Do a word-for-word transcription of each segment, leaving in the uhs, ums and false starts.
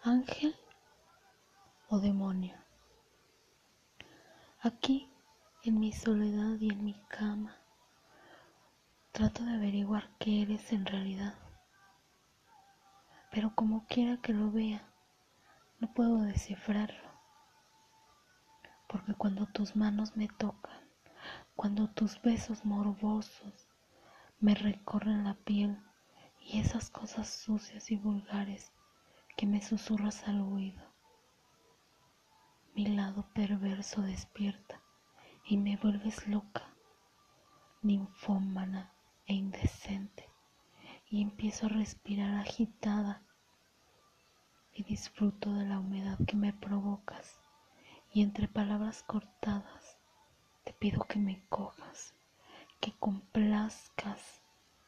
ángel o demonio. Aquí, en mi soledad y en mi cama, trato de averiguar qué eres en realidad. Pero como quiera que lo vea, no puedo descifrarlo. Porque cuando tus manos me tocan, cuando tus besos morbosos me recorren la piel y esas cosas sucias y vulgares que me susurras al oído, mi lado perverso despierta y me vuelves loca, ninfómana e indecente, y empiezo a respirar agitada y disfruto de la humedad que me provocas, y entre palabras cortadas te pido que me cojas, que complazcas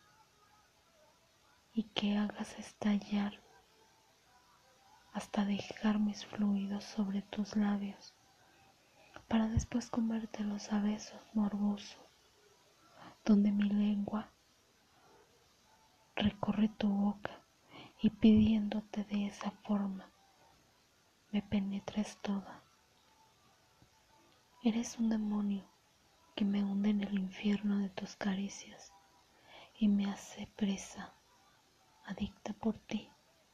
y que hagas estallar hasta dejar mis fluidos sobre tus labios, para después comértelos a besos morbosos, donde mi lengua recorre tu boca y pidiéndote de esa forma me penetres toda. Eres un demonio que me hunde en el infierno de tus caricias y me hace presa, adicta por ti.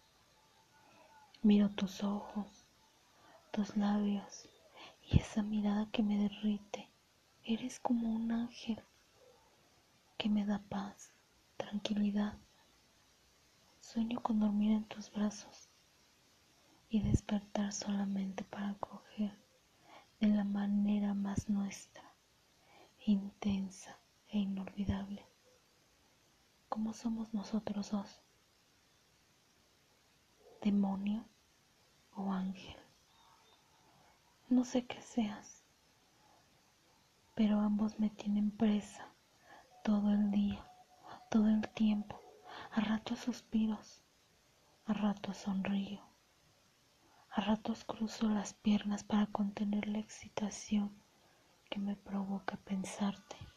Miro tus ojos, tus labios y esa mirada que me derrite. Eres como un ángel que me da paz, tranquilidad. Sueño con dormir en tus brazos y despertar solamente para coger de la manera más nuestra, intensa e inolvidable, como somos nosotros dos, demonio o ángel. No sé qué seas, pero ambos me tienen presa todo el día, todo el tiempo. A ratos suspiros, a ratos sonrío, a ratos cruzo las piernas para contener la excitación que me provoca pensarte.